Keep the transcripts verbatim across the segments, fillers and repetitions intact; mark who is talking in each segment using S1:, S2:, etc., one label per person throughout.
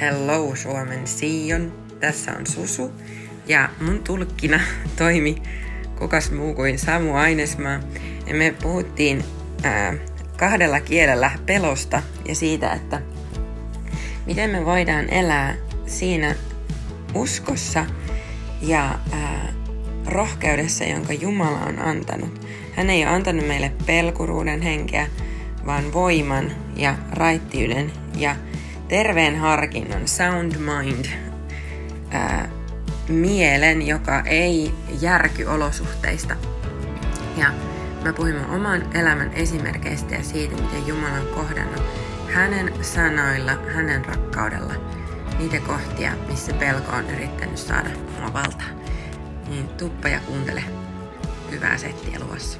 S1: Hello Suomen Sion, tässä on Susu ja mun tulkkina toimi kukas muu kuin Samu Ainesmaa. Ja me puhuttiin ää, kahdella kielellä pelosta ja siitä, että miten me voidaan elää siinä uskossa ja ää, rohkeudessa, jonka Jumala on antanut. Hän ei ole antanut meille pelkuruuden henkeä, vaan voiman ja raittiuden ja terveen harkinnan, sound mind, ää, mielen, joka ei järky olosuhteista. Ja mä puhuin mun oman elämän esimerkkeistä ja siitä, miten Jumala on kohdannut hänen sanoilla, hänen rakkaudella niitä kohtia, missä pelko on yrittänyt saada mua valtaan. Niin tuppa ja kuuntele. Hyvää settiä luvassa.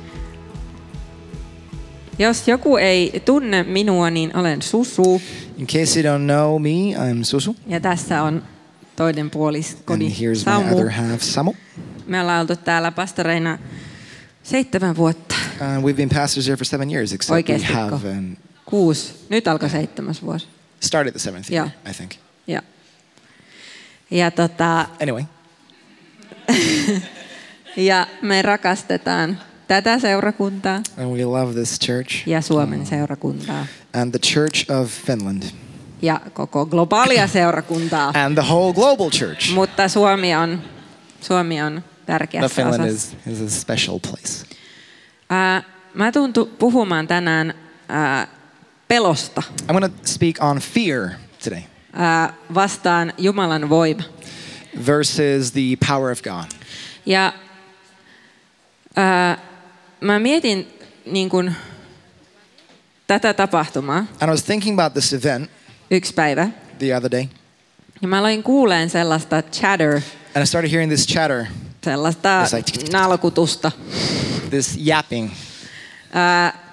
S2: Jos joku ei tunne minua, niin olen Susu.
S3: In case you don't know me, I'm Susu.
S2: Ja tässä on toinen puoliskoni
S3: And here's
S2: Samu.
S3: my other half, Samu.
S2: Me ollaan oltu täällä pastoreina seitsemän vuotta.
S3: Uh, we've been pastors here for seven years, except
S2: Oikeesti,
S3: we have an,
S2: Kuusi. Nyt alkoi seitsemäs vuosi.
S3: started the seventh year,
S2: Yeah.
S3: I think.
S2: Ja, ja, tota,
S3: Anyway,
S2: ja me rakastetaan tätä seurakuntaa
S3: and we love this church
S2: ja Suomen seurakuntaa
S3: and the Church of Finland
S2: ja koko globaalia seurakuntaa.
S3: and the whole global church.
S2: Mutta Suomi on, Suomi on
S3: But
S2: tärkeässä
S3: Finland
S2: osassa.
S3: is, is a special place.
S2: Ää, mä tuun tu- puhumaan tänään ää, pelosta
S3: I'm going to speak on fear today
S2: ää, vastaan Jumalan voima.
S3: versus the power of God.
S2: Ja ää, mä mietin niin kun, tätä tapahtumaa
S3: And I was thinking about this event
S2: yksi päivä.
S3: the other day,
S2: Ja mä aloin kuuleen sellaista chatter,
S3: and I started hearing this chatter,
S2: sellaista
S3: It's like-
S2: nalkutusta.
S3: this yapping.
S2: Ää,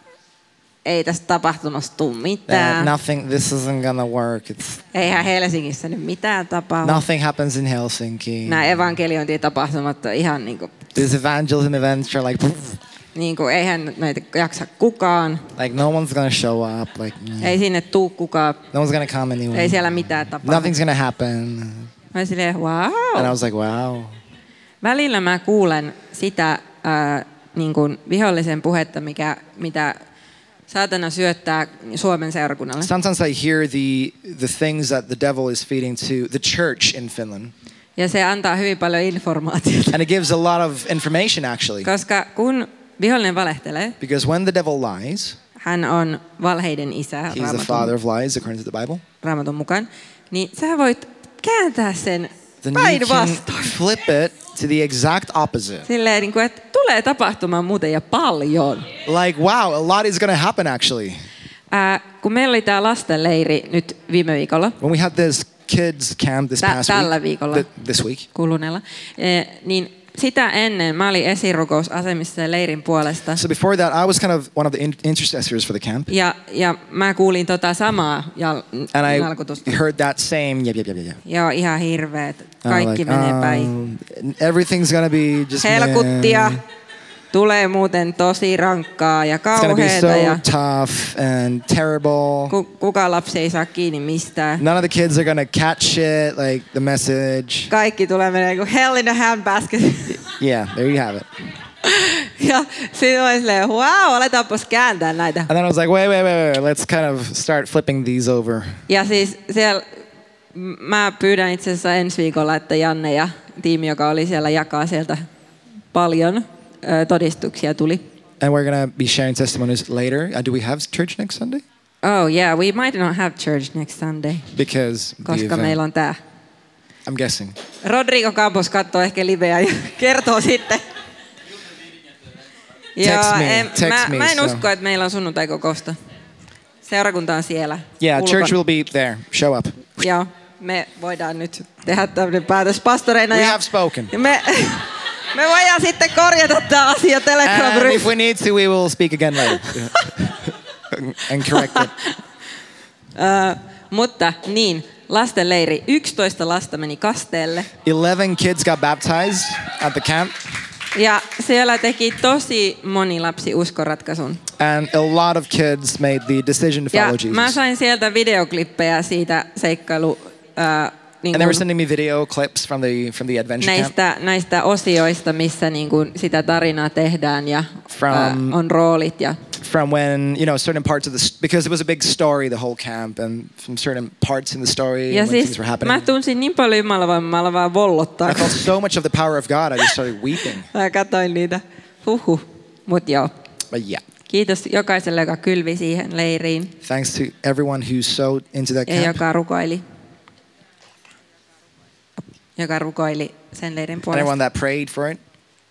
S2: ei tästä tapahtumasta tule
S3: That
S2: mitään.
S3: nothing, this isn't gonna work. It's
S2: Eihän Helsingissä nyt mitään tapahdu.
S3: nothing happens in Helsinki.
S2: Nämä evankeliointitapahtumat on ihan niinku,
S3: These evangelism events are like,
S2: niinku, eihän näitä jaksa kukaan.
S3: like no one's gonna show up. Like mm,
S2: Ei sinne tuu kukaan.
S3: no one's gonna come anyway.
S2: Ei siellä mitään tapahdu.
S3: Nothing's gonna happen.
S2: Mä olin silleen,
S3: And I
S2: wow.
S3: was like, wow.
S2: Välillä mä kuulen sitä ää, niin kuin vihollisen puhetta, mikä, mitä saatana syöttää Suomen seurakunnalle.
S3: Sometimes I hear the the things that the devil is feeding to the church in Finland,
S2: Ja se antaa hyvin paljon informaatiota.
S3: and it gives a lot of information actually.
S2: Koska kun vihollinen valehtelee,
S3: Because when the devil lies,
S2: hän on valheiden isä
S3: he's the father of lies according to the Bible.
S2: Raamatun mukaan, niin sä voit kääntää sen
S3: Then you can
S2: päinvastoin.
S3: flip it to the exact opposite.
S2: Silleen, niin kuin, että tulee tapahtumaan muuten ja paljon.
S3: Like, wow, a lot is going to happen actually.
S2: Ää, kun meillä oli tää lastenleiri nyt viime viikolla,
S3: When we had this kids camp this
S2: Tä-
S3: past
S2: tällä
S3: week,
S2: viikolla.
S3: th- this week,
S2: kuluneella, eh, niin sitä ennen mä olin esirukousasemissa sen leirin puolesta.
S3: so before that, I was kind of one of the in- intercessors for the camp,
S2: Ja, ja mä kuulin tota samaa ja
S3: and I
S2: nalkutusta.
S3: heard that same, yep, yep, yep, yep, yep.
S2: Joo, ihan hirveet.
S3: And I'm
S2: Kaikki
S3: like,
S2: menee päin.
S3: um, everything's gonna be just
S2: Helkuttia.
S3: meh.
S2: Tulee muuten tosi rankkaa ja
S3: It's gonna be
S2: kauheeta
S3: so
S2: ja
S3: tough and terrible.
S2: ku, kuka lapsi ei saa kiinni mistään.
S3: None of the kids are gonna catch it, like the message.
S2: Kaikki tulee menee kuin hell in a handbasket.
S3: Yeah, there you have it.
S2: Ja sitten oli silleen, wow, aletaanpas kääntää näitä.
S3: And then I was like, wait, wait, wait, wait, let's kind of start flipping these over.
S2: Ja siis siellä m- mä pyydän itse asiassa ensi viikolla, että Janne ja tiimi, joka oli siellä, jakaa sieltä paljon ö, todistuksia tuli.
S3: And we're gonna be sharing testimonies later. Uh, do we have church next Sunday?
S2: Oh yeah, we might not have church next Sunday,
S3: Because the
S2: koska
S3: event,
S2: meillä on tää.
S3: I'm guessing.
S2: Rodrigo Campos katsoo ehkä liveä ja kertoo sitten.
S3: Text me,
S2: en,
S3: text
S2: mä,
S3: me,
S2: mä en
S3: so-
S2: usko, että meillä on sunnuntai-kokousta. Seurakunta on siellä.
S3: Yeah,
S2: ulkona.
S3: church will be there. Show up.
S2: Joo, me voidaan nyt tehdä tämmöinen päätös pastoreina.
S3: We
S2: ja,
S3: have spoken.
S2: ja me, me voidaan sitten korjata tämä asia
S3: And if
S2: Telegram-ryhmässä.
S3: we need to, we will speak again later. And correct it.
S2: Uh, mutta niin, lastenleiri. yksitoista lasta meni kasteelle.
S3: Eleven kids got baptized at the camp.
S2: Ja siellä teki tosi moni lapsi uskoratkaisun.
S3: And a lot of kids made the decision to follow
S2: Ja
S3: Jesus.
S2: mä sain sieltä videoklippejä siitä seikkailu... Äh, niin
S3: And they were
S2: kuin
S3: sending me video clips from the from the adventure camp.
S2: näistä, näistä osioista, missä niin kuin sitä tarinaa tehdään ja
S3: From-
S2: äh, on roolit. Ja,
S3: From when, you know, certain parts of the s- because it was a big story, the whole camp, and from certain parts in the story
S2: ja
S3: when things
S2: siis
S3: were happening.
S2: mä tunsin niin paljon Jumalaa, mä vaan vollottaa.
S3: I felt so much of the power of God. I just started weeping.
S2: Mä katsoin niitä. Huhhuh. Mut joo.
S3: But yeah,
S2: Kiitos jokaiselle, joka kylvi siihen leiriin
S3: thanks to everyone who sowed into that
S2: ja
S3: camp.
S2: joka rukoili. Joka rukoili sen leirin
S3: And
S2: puolesta.
S3: everyone that prayed for it.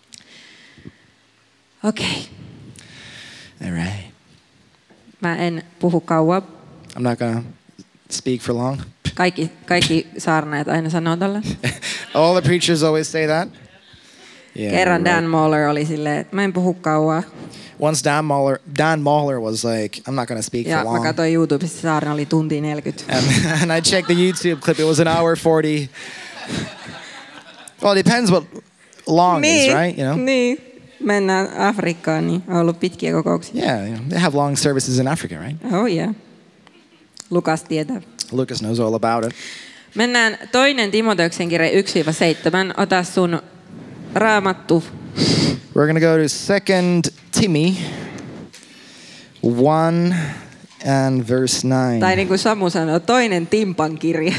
S2: Okei. Okay.
S3: All right.
S2: Mä en puhu kauan.
S3: I'm not gonna speak for long.
S2: Kaikki, kaikki saarnaajat aina sanoo tolle.
S3: All the preachers always say that. Yeah.
S2: Kerran
S3: right.
S2: Dan Moller oli silleen, että mä en puhu kauan.
S3: Once Dan Mahler, Dan Mahler was like, I'm not gonna speak
S2: Ja
S3: for
S2: mä
S3: long.
S2: katsoin YouTubesta, saarna oli tunti neljäkymmentä.
S3: And, and I checked the YouTube clip. It was an hour forty. Well, it depends what long is, right? You know.
S2: Niin. Mennään Afrikkaan, niin on ollut pitkiä kokouksia.
S3: Yeah, you know, they have long services in Africa, right?
S2: Oh yeah. Lukas tietää.
S3: Lucas knows all about it.
S2: Mennään toinen Timoteuksen kirja yksi seitsemän. Ota sun raamattu.
S3: We're gonna go to Second Timothy one and verse nine.
S2: Tai niin kuin Samu sanoo, toinen Timpan kirja.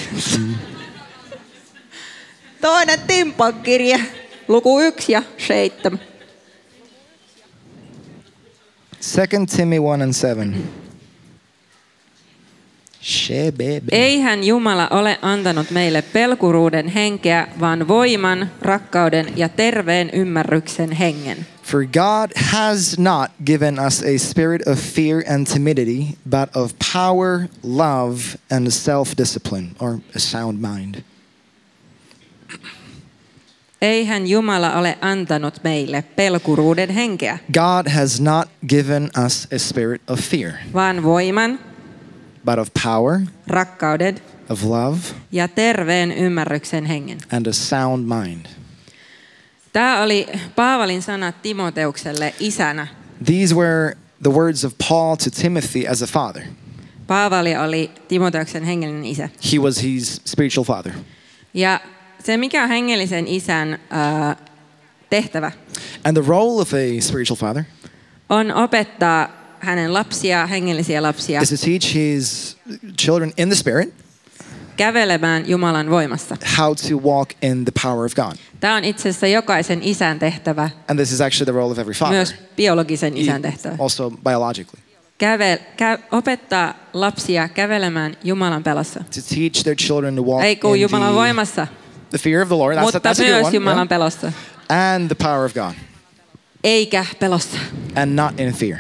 S2: toinen Timpan kirja. Luku yksi ja seitsemän.
S3: Second Timothy one and seven. Shebebe.
S2: Eihän Jumala ole antanut meille pelkuruuden henkeä, vaan voiman, rakkauden ja terveen ymmärryksen hengen.
S3: For God has not given us a spirit of fear and timidity, but of power, love, and self-discipline, or a sound mind.
S2: Eihän Jumala ole antanut meille pelkuruuden henkeä,
S3: God has not given us a spirit of fear,
S2: vaan voiman,
S3: but of power,
S2: rakkauden
S3: of love,
S2: ja terveen ymmärryksen hengen.
S3: and a sound mind.
S2: Tämä oli Paavalin sanat Timoteukselle isänä.
S3: These were the words of Paul to Timothy as a father.
S2: Paavali oli Timoteuksen hengellinen isä.
S3: He was his spiritual father.
S2: Ja se, mikä on hengellisen isän äh, tehtävä,
S3: And the role of a spiritual father
S2: on opettaa hänen lapsia, hengellisiä lapsia,
S3: is to teach his children in the spirit
S2: kävelemään Jumalan voimassa.
S3: how to walk in the power of God.
S2: Tämä on itse asiassa jokaisen isän tehtävä,
S3: And this is actually the role of every father,
S2: myös biologisen isän tehtävä.
S3: also biologically.
S2: Käve, kä, opettaa lapsia kävelemään Jumalan pelossa.
S3: To teach their children to walk
S2: Ei kun
S3: in
S2: Jumalan
S3: the,
S2: voimassa,
S3: the fear of the Lord. That's,
S2: mutta
S3: that's a good
S2: myös
S3: one.
S2: Jumalan
S3: yeah.
S2: pelossa.
S3: And the power of God.
S2: Eikä pelossa.
S3: And not in fear.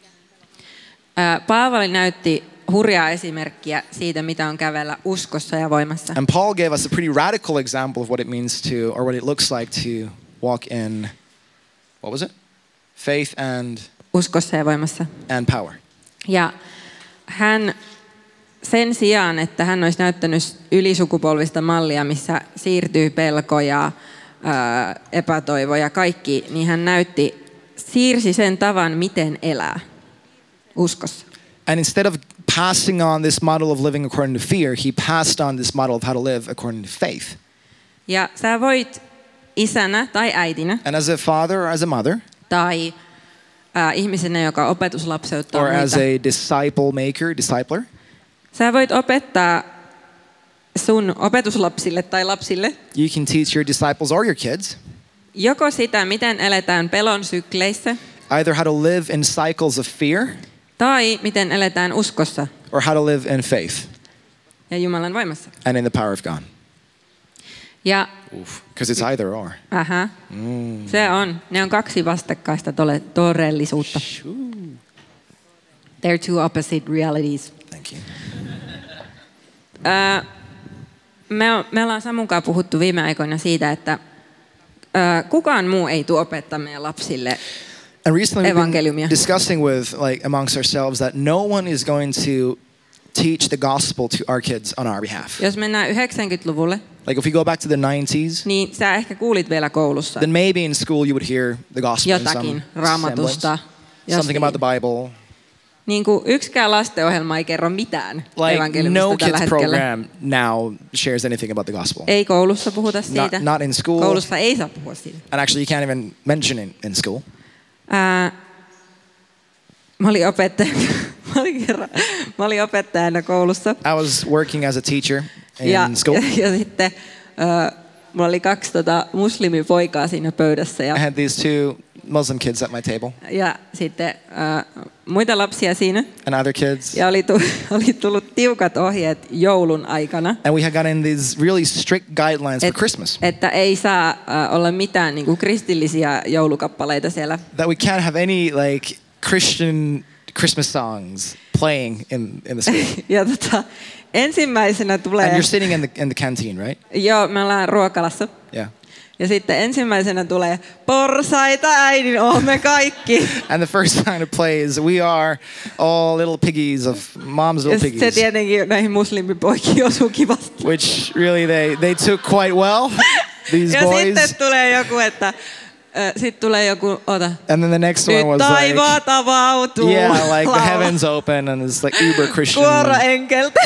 S2: Ää, Paavali näytti hurjaa esimerkkiä siitä, mitä on kävellä uskossa ja voimassa.
S3: And Paul gave us a pretty radical example of what it means to, or what it looks like to walk in, what was it? Faith and
S2: Uskossa ja voimassa.
S3: and power.
S2: Ja hän sen sijaan, että hän olisi näyttänyt ylisukupolvista mallia, missä siirtyy pelko ja ää, epätoivo ja kaikki, niin hän näytti, siirsi sen tavan, miten elää uskossa.
S3: And instead of passing on this model of living according to fear, he passed on this model of how to live according to faith.
S2: Ja sä voit isänä tai äitinä
S3: And as a father or as a mother,
S2: tai ää, ihmisenä, joka opetuslapseuttaa
S3: or as
S2: muita,
S3: a disciple maker, discipler,
S2: sä voit opettaa sun opetuslapsille tai lapsille
S3: you can teach your disciples or your kids
S2: joko sitä, miten eletään pelon sykleissä,
S3: either how to live in cycles of fear
S2: tai miten eletään uskossa
S3: or how to live in faith
S2: ja Jumalan voimassa.
S3: and in the power of God.
S2: Ja
S3: Because it's either or.
S2: aha, mm. se on. Ne on kaksi vastakkaista tole, todellisuutta. They're two opposite realities.
S3: Thank you.
S2: Ää, me, on, me ollaan Samun kanssa puhuttu viime aikoina siitä, että ää, kukaan muu ei tule opettaa meidän lapsille
S3: And recently we've
S2: evankeliumia.
S3: been discussing with, like, amongst ourselves that no one is going to teach the gospel to our kids on our behalf.
S2: Jos mennään yhdeksänkymmentäluvulle,
S3: Like if we go back to the nineties,
S2: niin sä ehkä kuulit vielä koulussa
S3: then maybe in school you would hear the gospel in some
S2: jotakin
S3: semblance.
S2: raamatusta,
S3: Something
S2: jostain.
S3: about the Bible.
S2: Niin kuin yksikään lastenohjelma ei kerro mitään
S3: Like
S2: evankeliumista
S3: no
S2: tällä
S3: kids
S2: hetkellä.
S3: program now shares anything about the gospel.
S2: Ei koulussa puhuta siitä.
S3: Not, not in school.
S2: Koulussa ei saa puhua siitä.
S3: And actually you can't even mention it in school.
S2: Ää, mä olin opettajana. mä, olin kerran, mä olin opettajana koulussa.
S3: I was working as a teacher in
S2: Ja,
S3: school.
S2: ja, ja sitten äh, mulla oli kaksi tota, muslimipoikaa siinä pöydässä. Ja,
S3: I had these two Muslim kids at my table
S2: ja sitten äh, muita lapsia siinä.
S3: and other kids.
S2: Ja oli, tu- oli tullut tiukat ohjeet joulun aikana.
S3: And we had gotten these really strict guidelines for
S2: Et,
S3: Christmas.
S2: että ei saa äh, olla mitään niinku, kristillisiä joulukappaleita siellä.
S3: That we can't have any like Christian Christmas songs playing in, in the school.
S2: Ja tota, ensimmäisenä tulee...
S3: And you're sitting in the, in the canteen, right?
S2: Joo, me ollaan ruokalassa.
S3: Yeah.
S2: Ja sitten ensimmäisenä tulee porsaita äidin, oomme kaikki.
S3: And the first song to play is We Are All Little Piggies of Mom's
S2: Ja
S3: Little
S2: sit se
S3: Piggies.
S2: tietenkin näihin muslimipoikiin osuu kivasti.
S3: Which really they, they took quite well, these
S2: Ja
S3: boys.
S2: sitten tulee joku, että... Sitten tulee joku, ota.
S3: And then the next
S2: Nyt
S3: one was like,
S2: taivaat avautuu.
S3: yeah, like the
S2: laula.
S3: heavens open and it's like uber Christian.
S2: Kuoro enkeltä.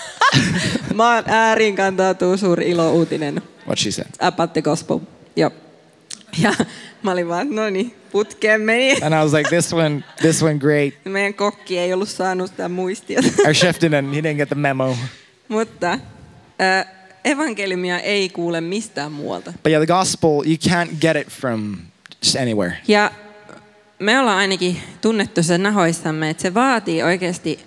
S2: Maan ääriin kantautuu suuri ilouutinen.
S3: What she said.
S2: About the gospel. Joo. Ja mä olin vaan, no niin, putkeen meni.
S3: And I was like, this one, this one great.
S2: Meidän kokki ei ollut saanut sitä muistiota.
S3: Our chef didn't, he didn't get the memo.
S2: Mutta äh, evankeliumia ei kuule mistään muualta.
S3: But yeah, the gospel, you can't get it from just anywhere.
S2: Ja me ollaan ainakin tunnettu sen nahoissamme, että se vaatii oikeasti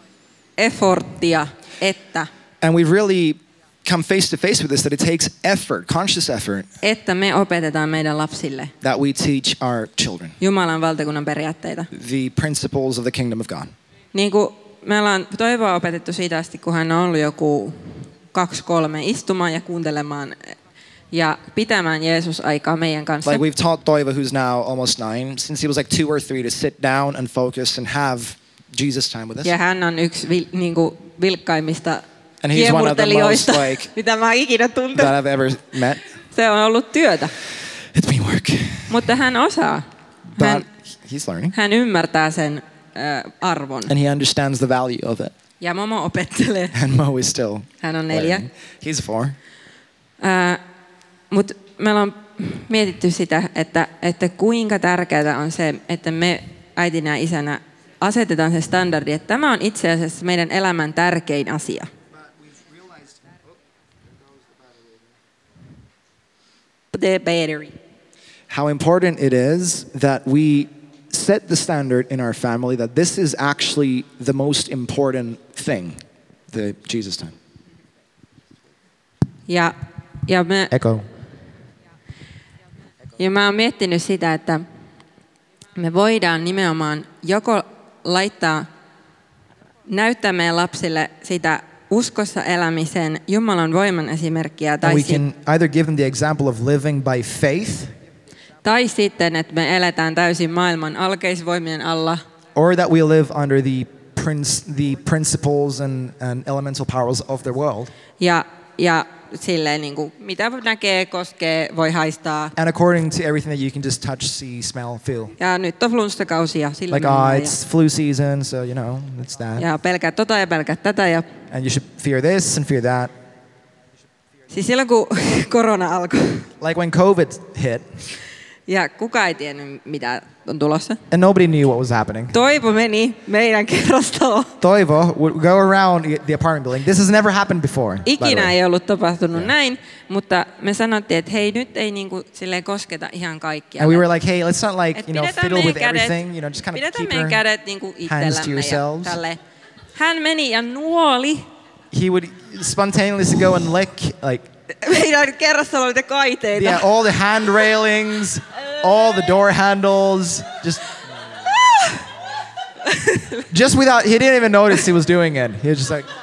S2: efforttia, että,
S3: And we've really come face to face with this, that it takes effort, conscious effort,
S2: että me opetetaan meidän lapsille
S3: that we teach our children
S2: Jumalan valtakunnan periaatteita.
S3: the principles of the kingdom of God.
S2: Niin kuin me ollaan Toivoa opetettu siitä asti, kun hän on ollut joku kaksi, kolme istumaan ja kuuntelemaan ja pitämään Jeesus-aikaa meidän kanssa.
S3: Like we've taught Toiva, who's now almost nine, since he was like two or three, to sit down and focus and have Jesus time with us.
S2: Ja hän on yksi vil, niin kuin vilkkaimmista
S3: And he's one of the most,
S2: kiemurtelijoista,
S3: like,
S2: mitä mä oon ikinä tuntenut.
S3: that I've ever met.
S2: Se on ollut työtä,
S3: It's been work.
S2: mutta hän osaa. Hän,
S3: But he's learning.
S2: hän ymmärtää sen äh, arvon.
S3: And he understands the value of it.
S2: Ja Momo opettelee.
S3: And Mo is still
S2: Hän on neljä.
S3: learning. He's four.
S2: Äh, mutta me ollaan mietitty sitä, että, että kuinka tärkeää on se, että me äitinä ja isänä asetetaan se standardi, että tämä on itse asiassa meidän elämän tärkein asia. The battery.
S3: How important it is that we set the standard in our family that this is actually the most important thing, the Jesus time.
S2: Ja, ja, me,
S3: Echo.
S2: ja mä oon miettinyt sitä, että me voidaan nimenomaan joko laittaa, näyttää meidän lapsille sitä uskossa elämisen Jumalan voiman esimerkkiä, tai,
S3: And we
S2: si-
S3: can either give them the example of living by faith,
S2: tai sitten, että me eletään täysin maailman alkeisvoimien alla,
S3: or that we live under the prince, the principles and, and elemental powers of the world.
S2: ja, ja silleen niin kuin, mitä näkee, koskee, voi haistaa.
S3: And according to everything that you can just touch, see, smell, feel.
S2: Ja nyt on flunssakausi ja sillä
S3: Like,
S2: mennään
S3: ah,
S2: ja,
S3: it's flu season, so you know, it's that.
S2: ja pelkää tota ja pelkää tätä. Ja,
S3: And you should fear this and fear that.
S2: siis silloin kun korona alkoi
S3: Like when COVID hit,
S2: ja kukaan ei tiennyt mitä on tulossa.
S3: and nobody knew what was happening.
S2: Toivo meni meidän kerrostaloon.
S3: Toivo would go around the apartment building. This has never happened before. by the
S2: Ikinä
S3: way.
S2: ei ollut tapahtunut
S3: Yeah.
S2: näin, mutta me sanottiin, että hei, nyt ei niinku silleen kosketa ihan kaikkia.
S3: And we were like, hey, let's not like,
S2: Et
S3: you know,
S2: pidetään
S3: fiddle with
S2: meidän kädet-
S3: everything. You know, just kind of
S2: Pidetään
S3: keep
S2: meidän
S3: your
S2: kädet niinku
S3: hands to
S2: itsellämme ja
S3: yourselves.
S2: tälleen. Hän meni ja nuoli
S3: He would spontaneously go and lick, like,
S2: meidän kerrostaloiden kaiteita.
S3: yeah, all the hand railings, all the door handles, just, just without, he didn't even notice he was doing it. He was just like,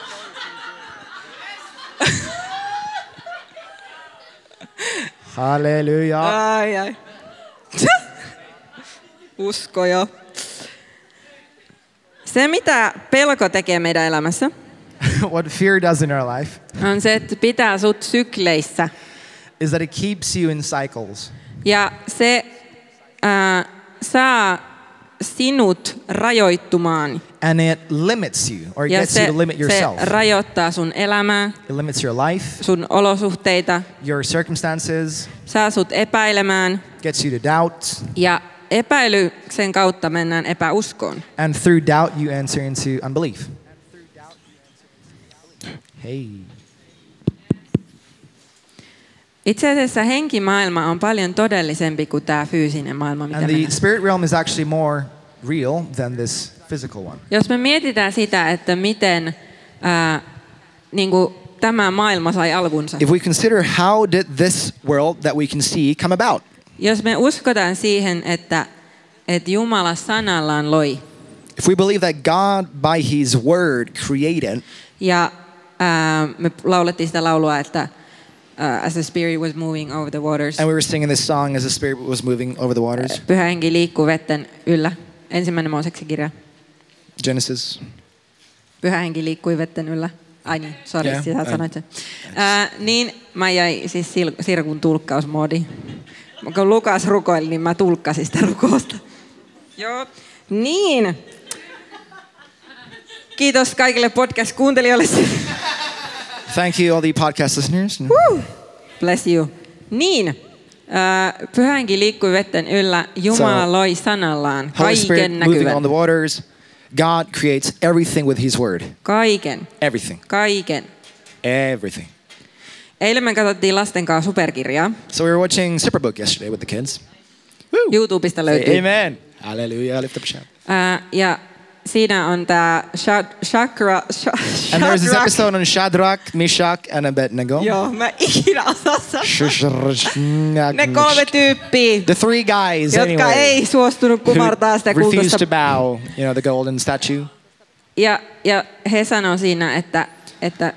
S3: hallelujah.
S2: Ai ai. Usko jo. Se, mitä pelko tekee meidän elämässä,
S3: What fear does in our life
S2: on se, että pitää sut sykleissä.
S3: is that it keeps you in cycles.
S2: Ja se ää, saa sinut rajoittumaan.
S3: And it limits you, or it
S2: Ja
S3: gets
S2: se,
S3: you to limit
S2: se
S3: yourself.
S2: rajoittaa sun elämää,
S3: It limits your life,
S2: sun olosuhteita,
S3: your circumstances,
S2: saa sut epäilemään
S3: gets you to doubt.
S2: ja epäilyksen kautta mennään epäuskoon.
S3: And through doubt, you enter into unbelief. Hey.
S2: Itse asiassa henkimaailma on paljon todellisempi kuin tämä fyysinen maailma, mitä
S3: And
S2: me
S3: the
S2: nähdään.
S3: spirit realm is actually more real than this physical one.
S2: Jos me mietitään sitä, että miten ää, niin kuin tämä maailma sai alkunsa.
S3: If we consider how did this world that we can see come about?
S2: Jos me uskotaan siihen, että, että Jumala sanallaan loi
S3: If we believe that God by his word created,
S2: ja ää, me laulettiin sitä laulua, että Uh, as the spirit was moving over the waters.
S3: and we were singing this song as the spirit was moving over the waters.
S2: Pyhä henki liikkuu vetten yllä. Ensimmäinen Mooseksen kirja.
S3: Genesis.
S2: Pyhä henki liikkui vetten yllä. Ai niin, sori,
S3: Yeah,
S2: yeah, sä sanoit sen. Uh, niin, mä jäin siis sil- Sirkun tulkkausmoodiin. Kun Lukas rukoili, niin mä tulkkasin sitä rukousta. Joo. Niin. Kiitos kaikille podcast-kuuntelijoille.
S3: Thank you all the podcast listeners.
S2: Woo! Bless you. Niin. Uh, Pyhä henki liikkui vetten yllä. Jumala
S3: So,
S2: loi sanallaan
S3: Holy Spirit
S2: kaiken
S3: moving
S2: näkyvän.
S3: on the waters. God creates everything with his word.
S2: Kaiken.
S3: Everything.
S2: Kaiken.
S3: Everything.
S2: Eilen me katsottiin lasten kanssa superkirjaa.
S3: So we were watching Superbook yesterday with the kids. Woo!
S2: YouTubesta löytyy.
S3: Amen. Hallelujah. Lift up a shout.
S2: Uh, ja siinä on tämä chakra...
S3: And there's this episode on Shadrach, Meshach, and Abednego.
S2: Joo, mä ikinä osaa sanoa. Ne kolme tyyppiä,
S3: The three guys,
S2: jotka
S3: anyway,
S2: ei suostunut kumartaa sitä
S3: who refused
S2: kultaista.
S3: to bow, you know, the golden statue.
S2: Ja, ja he sanoo siinä, että, että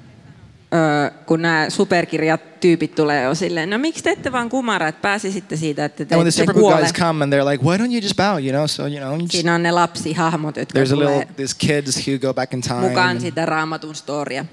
S2: ö, kun nämä superkirjat tyypit tulee jo silleen, no miksi te ette vaan kumara, että pääsisitte siitä, että te
S3: And when the
S2: ette
S3: Superbook
S2: kuole.
S3: guys come and they're like, why don't you just bow, you know? So, you know, you just,
S2: Siinä on ne lapsihahmot, jotka
S3: there's a
S2: tulee
S3: little, these kids who go back in time.
S2: mukaan sitä raamatun storia.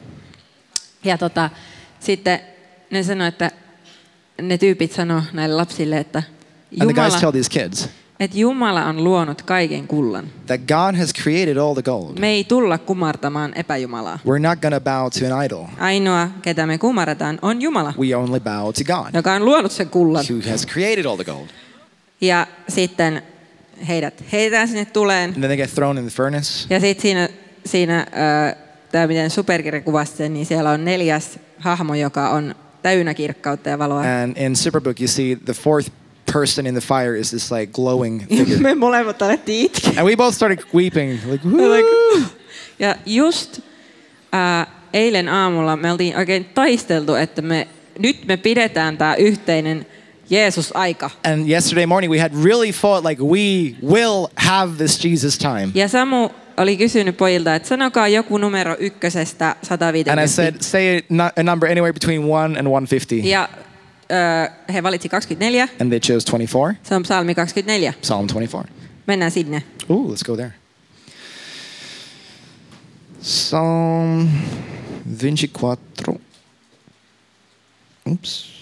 S2: Ja tota, sitten ne sanoo, että ne tyypit sanoo näille lapsille, että
S3: And the guys
S2: Jumala,
S3: tell these kids
S2: että Jumala on luonut kaiken kullan.
S3: that God has created all the gold.
S2: Me ei tulla kumartamaan epäjumalaa.
S3: We're not going to bow to an idol.
S2: Ainoa, ketä me kumarataan, on Jumala,
S3: We only bow to God,
S2: joka on luonut sen kullan.
S3: who has created all the gold.
S2: Ja sitten heidät heitetään sinne tuleen.
S3: And then they get thrown in the furnace.
S2: Ja sitten siinä, siinä äh, tämä miten superkirja kuvasi sen, niin siellä on neljäs hahmo, joka on täynnä kirkkautta ja valoa.
S3: And in Superbook, you see the fourth person in the fire is this like glowing figure.
S2: Me molemmat alettiin itkeä.
S3: And we both started weeping. Like, woo!
S2: Ja just äh, eilen aamulla me oltiin oikein taisteltu, että me, nyt me pidetään tämä yhteinen Jeesus-aika.
S3: And yesterday morning we had really fought like we will have this Jesus time.
S2: Ja Samu oli kysynyt pojilta, että sanokaa joku numero ykkösestä sata
S3: And I
S2: viisikymmentä.
S3: said, say a nu- a number anywhere between one and one fifty.
S2: Ja äh, he valitsi kaksikymmentäneljä.
S3: And they chose twenty-four.
S2: Se on psalmi kaksikymmentäneljä.
S3: Psalm twenty-four.
S2: Mennään sinne.
S3: Ooh, let's go there. Psalm veinticuatro. Oops.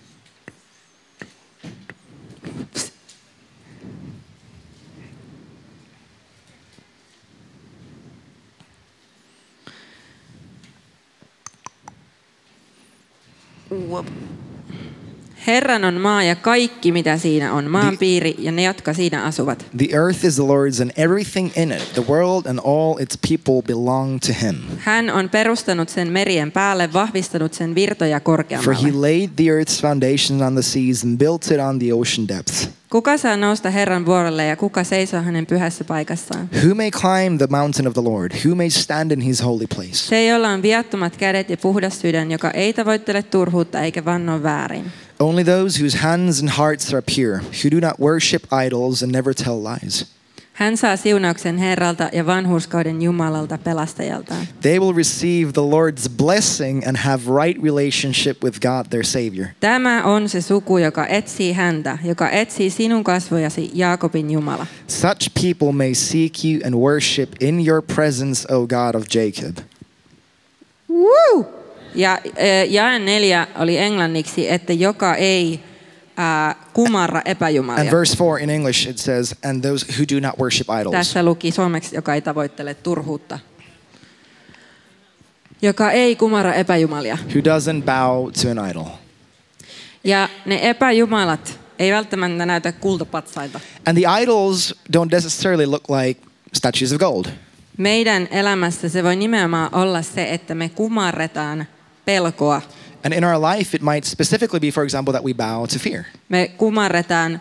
S2: Herran on maa ja kaikki mitä siinä on, maanpiiri ja ne jotka siinä asuvat.
S3: The earth is the Lord's and everything in it. The world and all its people belong to him.
S2: Hän on perustanut sen merien päälle, vahvistanut sen virtoja
S3: For he
S2: korkeammalle.
S3: laid the earth's foundations on the seas and built it on the ocean depths.
S2: Kuka saa nousta Herran vuorolle ja kuka seisoo hänen pyhässä paikassaan?
S3: Who may climb the mountain of the Lord? Who may stand in his holy place?
S2: Se, jolla on viattomat kädet ja puhdas sydän, joka ei tavoittele turhuutta eikä vanno väärin.
S3: Only those whose hands and hearts are pure, who do not worship idols and never tell lies.
S2: Hän saa siunauksen Herralta ja vanhurskauden Jumalalta pelastajaltaan.
S3: They will receive the Lord's blessing and have right relationship with God their Savior.
S2: Tämä on se suku, joka etsii häntä, joka etsii sinun kasvojasi, Jaakobin Jumala.
S3: Such people may seek you and worship in your presence, O God of Jacob.
S2: Woo! Ja äh, jae neljä oli englanniksi, että joka ei ää, kumarra epäjumalia.
S3: And verse four in English it says, and those who do not worship idols.
S2: Tässä luki suomeksi, joka ei tavoittele turhuutta. Joka ei kumarra epäjumalia.
S3: Who doesn't bow to an idol.
S2: Ja ne epäjumalat ei välttämättä näytä kultapatsailta.
S3: And the idols don't necessarily look like statues of gold.
S2: Meidän elämässä se voi nimenomaan olla se, että me kumarretaan pelkoa.
S3: And in our life it might specifically be, for example, that we bow to fear.
S2: Me kumarretaan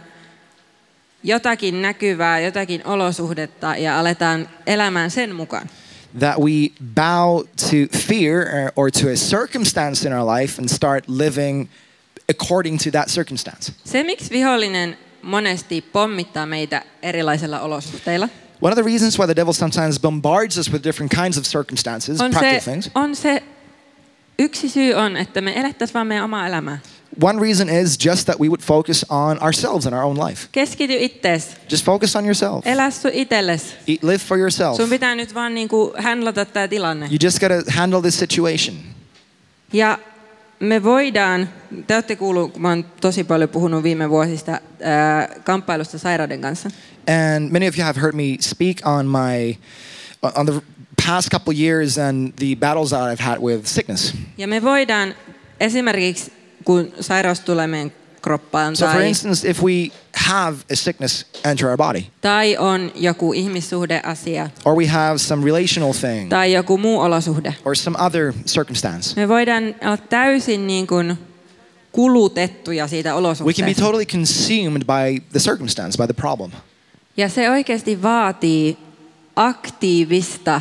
S2: jotakin näkyvää, jotakin olosuhdetta ja aletaan elämään sen mukaan.
S3: That we bow to fear or to a circumstance in our life and start living according to that circumstance.
S2: Se, miksi vihollinen monesti pommittaa meitä erilaisilla olosuhteilla,
S3: One of the reasons why the devil sometimes bombards us with different kinds of circumstances,
S2: on
S3: practical
S2: se,
S3: things.
S2: on se, yksi syy on, että me elettäisiin vaan meidän omaa elämää.
S3: One reason is just that we would focus on ourselves and our own life.
S2: Keskity ittees.
S3: Just focus on yourself.
S2: Elä sun itelles.
S3: Eat, live for yourself.
S2: Sun pitää nyt vaan niinku handlata tää tilanne.
S3: You just gotta handle this situation.
S2: Ja me voidaan, te olette kuullut, kun mä oon tosi paljon puhunut viime vuosista ää, kamppailusta sairauden kanssa.
S3: And many of you have heard me speak on my, on the past couple years and the battles that I've had with sickness.
S2: Ja me voidaan esimerkiksi, kun sairaus tulee meidän kroppaan
S3: So for
S2: tai,
S3: instance, if we have a sickness enter our body,
S2: tai on joku ihmissuhdeasia
S3: or we have some relational thing,
S2: tai joku muu olosuhde,
S3: or some other circumstance,
S2: me voidaan olla täysin niin kuin kulutettuja siitä
S3: we can be
S2: olosuhteesta.
S3: totally consumed by the circumstance, by the problem.
S2: Ja se oikeasti vaatii aktiivista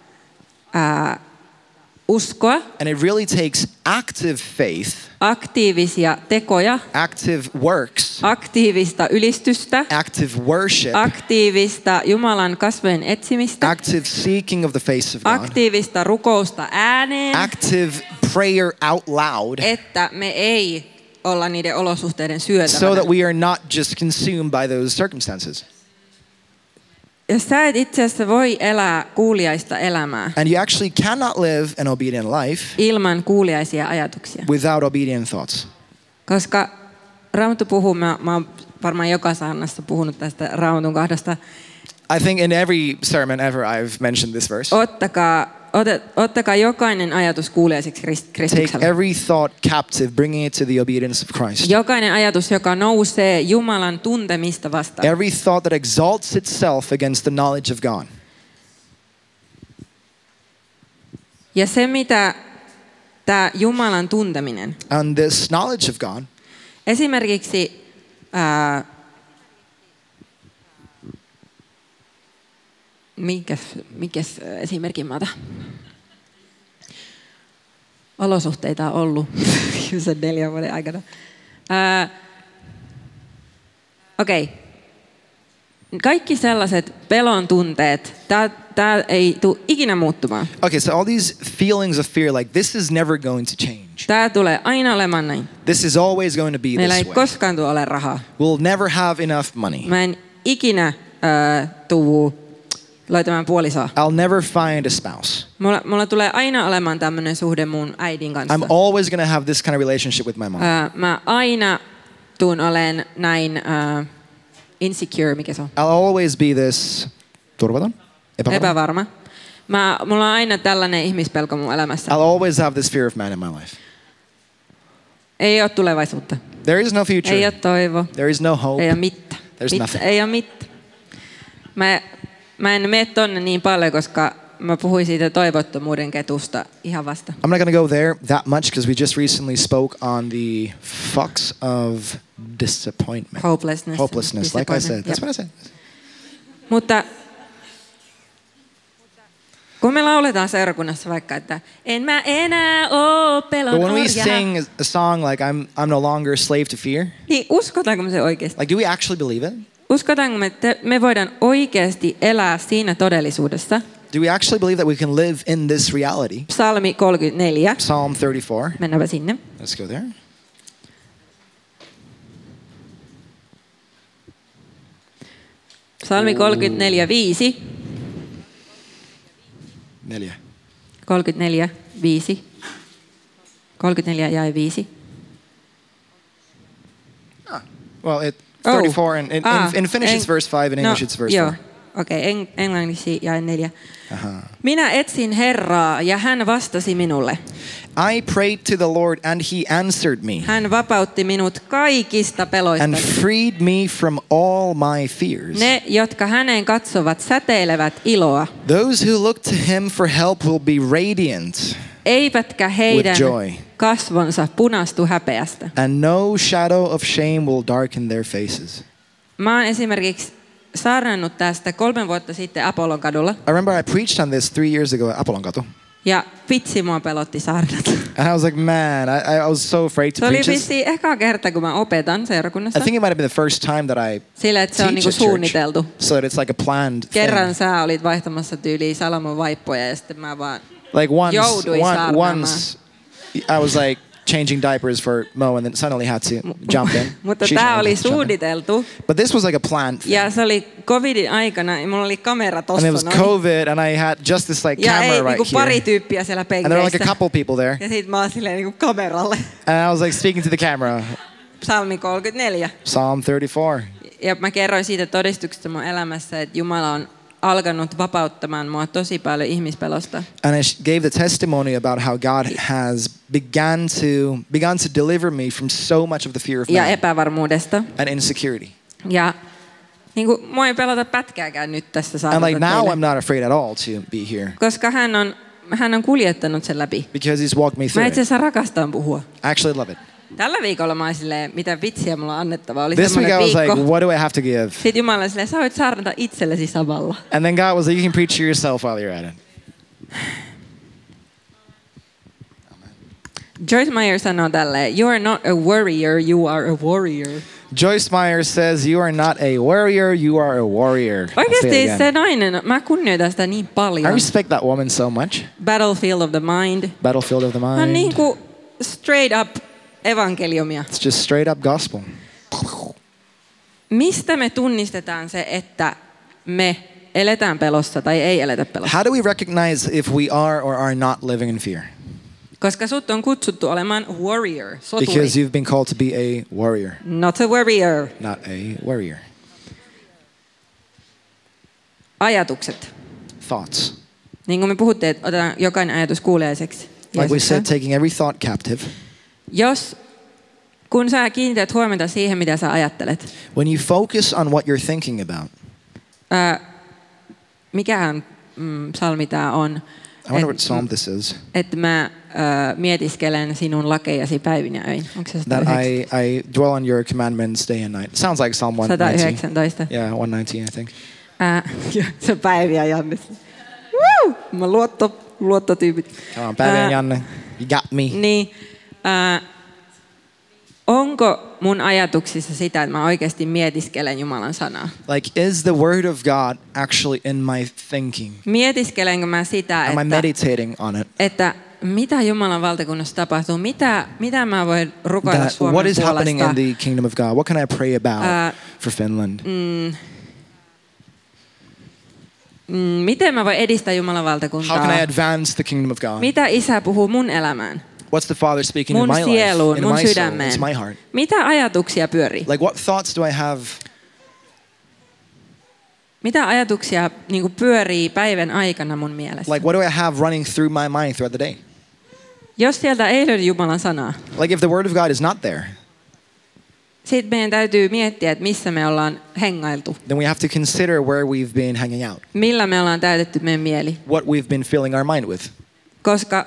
S2: ää, uskoa,
S3: And it really takes active faith,
S2: aktiivisia tekoja,
S3: active works,
S2: aktiivista ylistystä,
S3: active worship,
S2: aktiivista Jumalan kasvojen etsimistä,
S3: active seeking of the face of God,
S2: aktiivista rukousta ääneen,
S3: active prayer out loud,
S2: että me ei olla niiden olosuhteiden
S3: so
S2: syötävänä.
S3: that we are not just consumed by those circumstances.
S2: Ja sä et itse asiassa voi elää kuuliaista elämää
S3: And you actually cannot live an obedient life
S2: ilman kuuliaisia ajatuksia.
S3: without obedient thoughts.
S2: Koska Raamattu puhuu, mä, mä oon varmaan joka saarnassa puhunut tästä Raamatun kohdasta.
S3: I think in every sermon ever I've mentioned this verse.
S2: Ottakaa, otet, ottakaa jokainen ajatus kuuliaiseksi krist-
S3: Take
S2: Kristukselle.
S3: every thought captive, bringing it to the obedience of Christ.
S2: Jokainen ajatus, joka nousee Jumalan tuntemista vastaan.
S3: Every thought that exalts itself against the knowledge of God.
S2: Ja se, mitä tämä Jumalan tunteminen,
S3: And this knowledge of God,
S2: esimerkiksi ää, mikäs, mikäs esimerkin mä otan? Olosuhteita on ollut sen neljän vuoden aikana. Ää, Okei. Okay. Kaikki sellaiset pelon tunteet, tämä ei tule ikinä muuttumaan.
S3: okay, so all these feelings of fear, like this is never going to change.
S2: Tämä tulee aina olemaan näin.
S3: This is always going to be
S2: Meillä ei
S3: this way.
S2: koskaan tule ole rahaa.
S3: We'll never have enough money.
S2: Mä en ikinä äh, tuu löytämään puolisoa.
S3: I'll never find a spouse.
S2: Mulla, mulla tulee aina olemaan tämmöinen suhde mun äidin kanssa.
S3: I'm always going to have this kind of relationship with my mom.
S2: Äh, mä aina tuun olen näin äh, insecure, mikä se on?
S3: I'll always be this turvaton, epävarma.
S2: Epävarma. Mä, mulla on aina tällainen ihmispelko mun elämässä.
S3: I'll always have this fear of man in my life.
S2: Ei ole tulevaisuutta.
S3: There is no future.
S2: Ei ole toivo.
S3: There is no hope.
S2: Ei ole mitään.
S3: There's
S2: Mit,
S3: nothing.
S2: ei ole mitään. Mä, mä en mene tonne niin paljon, koska mä puhuin siitä toivottomuuden ketusta ihan vasta.
S3: I'm not going to go there that much because we just recently spoke on the fucks of disappointment.
S2: Hopelessness.
S3: Hopelessness, like I said.
S2: Disappointment.
S3: That's what I said.
S2: Mutta kun me lauletaan seurakunnassa vaikka, että en mä enää oo pelon
S3: But when we
S2: orjana,
S3: sing a song like I'm, I'm no longer a slave to fear,
S2: niin uskotaanko me se oikeasti?
S3: like do we actually believe it?
S2: Uskotaanko me, että me voidaan oikeasti elää siinä todellisuudessa?
S3: Do we actually believe that we can live in this reality?
S2: Psalmi kolmekymmentäneljä.
S3: Psalm thirty-four.
S2: Mennäänpä sinne.
S3: Let's go there.
S2: Psalmi kolmekymmentäneljä, viisi.
S3: Neljä.
S2: kolmekymmentäneljä, viisi. kolmekymmentäneljä jäi viisi.
S3: Ah, well, it thirty-four,
S2: Oh.
S3: and in,
S2: Ah,
S3: in, in Finnish
S2: en-
S3: it's verse five, in
S2: no,
S3: English it's verse
S2: joo.
S3: four.
S2: Okei, okay, en, englanniksi jae neljä.
S3: Aha.
S2: Minä etsin Herraa ja hän vastasi minulle.
S3: I prayed to the Lord and he answered me
S2: Hän vapautti minut kaikista peloista.
S3: and freed me from all my fears.
S2: Ne, jotka häneen katsovat, säteilevät iloa.
S3: Those who look to him for help will be radiant,
S2: Eivätkä heidän
S3: joy.
S2: kasvonsa punastu häpeästä.
S3: and no shadow of shame will darken their faces.
S2: Mä oon esimerkiksi saarnannut tästä kolme vuotta sitten Apollon kadulla.
S3: I remember I preached on this three years ago at Apollonkatu.
S2: Ja vitsi mua pelotti saarnata.
S3: And I was like, man, I, I was so afraid to
S2: Se oli
S3: preach this.
S2: vissiin eka kerta, kun mä opetan seurakunnassa.
S3: I think it might have been the first time that I
S2: Sillä, että se on
S3: teach
S2: niinku
S3: at church,
S2: suunniteltu.
S3: so that it's like a planned
S2: Kerran
S3: thing.
S2: sä olit vaihtamassa tyyliin Salomon vaippoja ja sitten mä vaan
S3: Like once,
S2: jouduin
S3: one,
S2: saarnaamaan.
S3: once I was like changing diapers for Mo, and then suddenly had to jump in.
S2: Mutta
S3: She
S2: tää
S3: suddenly
S2: oli
S3: had to jump in.
S2: suunniteltu.
S3: But this was like a planned thing.
S2: Ja se oli covidin aikana ja mulla oli kamera
S3: And
S2: tossa
S3: it was
S2: noin.
S3: COVID, and I had just this like
S2: Ja
S3: camera
S2: ei,
S3: right
S2: niinku pari
S3: here.
S2: tyyppiä siellä
S3: And there were like a
S2: penkeissä.
S3: couple people there.
S2: Ja sit mä oon silleen niinku kameralle.
S3: And I was like speaking to the camera.
S2: Psalmi kolmekymmentäneljä.
S3: Psalm thirty-four.
S2: Ja mä kerroin siitä todistuksesta mun elämässä, että Jumala on alkanut vapauttamaan mua tosi paljon ihmispelosta.
S3: And I sh- gave the testimony about how God has begun to begun to deliver me from so much of the fear of
S2: Ja
S3: man
S2: epävarmuudesta.
S3: and insecurity.
S2: Ja niin kuin, mua ei pelota pätkääkään nyt tässä
S3: And
S2: saarnata
S3: like now
S2: teille.
S3: I'm not afraid at all to be here
S2: Koska hän on, hän on kuljettanut sen läpi.
S3: because he's walked me
S2: Mä
S3: through
S2: itse
S3: it.
S2: asiassa rakastan puhua.
S3: I actually love it.
S2: Tällä viikolla mä olin silleen, mitä vitsiä mulla on annettavaa. Oli
S3: This week I
S2: semmoinen
S3: was
S2: viikko.
S3: like, what do I have to give?
S2: Sitten Jumala oli silleen, sä voit saarnata itsellesi samalla.
S3: And then God was like, you can preach to yourself while you're at it.
S2: Joyce Meyer sanoo tälleen, you are not a worrier, you are a warrior.
S3: Joyce Meyer says, you are not a warrior, you are a warrior. I'll say it
S2: Oikeasti
S3: again.
S2: se nainen, mä kunnioitan sitä niin
S3: I
S2: paljon.
S3: respect that woman so much.
S2: Battlefield of the Mind.
S3: Battlefield of the
S2: Hän on
S3: mind.
S2: niin kuin straight up evankeliumia.
S3: It's just straight up gospel.
S2: Mistä me tunnistetaan se, että me eletään pelossa tai ei eletä pelossa?
S3: How do we recognize if we are or are not living in fear?
S2: Koska sut on kutsuttu olemaan warrior, soturi.
S3: Because you've been called to be a warrior,
S2: Not a warrior.
S3: not a warrior.
S2: Ajatukset.
S3: Thoughts.
S2: Niin kuin me puhuttiin, että otetaan jokainen ajatus kuuliaiseksi.
S3: Like we
S2: Jeesukseen.
S3: said, taking every thought captive.
S2: Jos, kun sä kiinnität huomiota siihen, mitä sä ajattelet,
S3: When you focus on what you're thinking about.
S2: ää, mikähän mm, psalmi tää on?
S3: I wonder
S2: Et-
S3: what psalm this is.
S2: Että mä ää, mietiskelen sinun lakejasi päivin ja öin. Onko se
S3: That
S2: sata
S3: I, I dwell on your commandments day and night. Sounds like Psalm one nineteen.
S2: yhdeksäntoista?
S3: Yeah, one nineteen, I think.
S2: Ää, se on päiviä Janne. Woo! Mä luotto, luottotyypit.
S3: Come on, Päivän
S2: Ää,
S3: Janne. You got me.
S2: Niin, ää, onko mun ajatuksissa sitä, että mä oikeasti mietiskelen Jumalan sanaa?
S3: Like, is the word of God actually in my thinking?
S2: Mietiskelenkö mä sitä,
S3: Am I
S2: että,
S3: meditating on it?
S2: että mitä Jumalan valtakunnassa tapahtuu? Mitä, mitä mä voin rukoilla
S3: That
S2: Suomen
S3: what is happening in
S2: puolesta?
S3: the kingdom of God? What can I pray about
S2: Ää,
S3: for Finland?
S2: Mm, mm, miten mä voin edistää Jumalan
S3: How
S2: valtakuntaa?
S3: can I advance the kingdom of God?
S2: Mitä Isä puhuu mun elämään?
S3: What's the Father speaking in
S2: Mun
S3: my
S2: sieluun,
S3: life, in
S2: mun
S3: my soul,
S2: sydämeen.
S3: into my heart?
S2: Mitä ajatuksia pyörii?
S3: Like, what thoughts do I have?
S2: Mitä ajatuksia niin kuin pyörii päivän aikana mun mielessä?
S3: Like, what do I have running through my mind throughout the day?
S2: Jos sieltä ei löydy Jumalan sanaa,
S3: Like, if the word of God is not there,
S2: sitten meidän täytyy miettiä, että missä me ollaan hengailtu.
S3: then we have to consider where we've been hanging out,
S2: Millä me ollaan täytetty meidän mieli.
S3: what we've been filling our mind with.
S2: Koska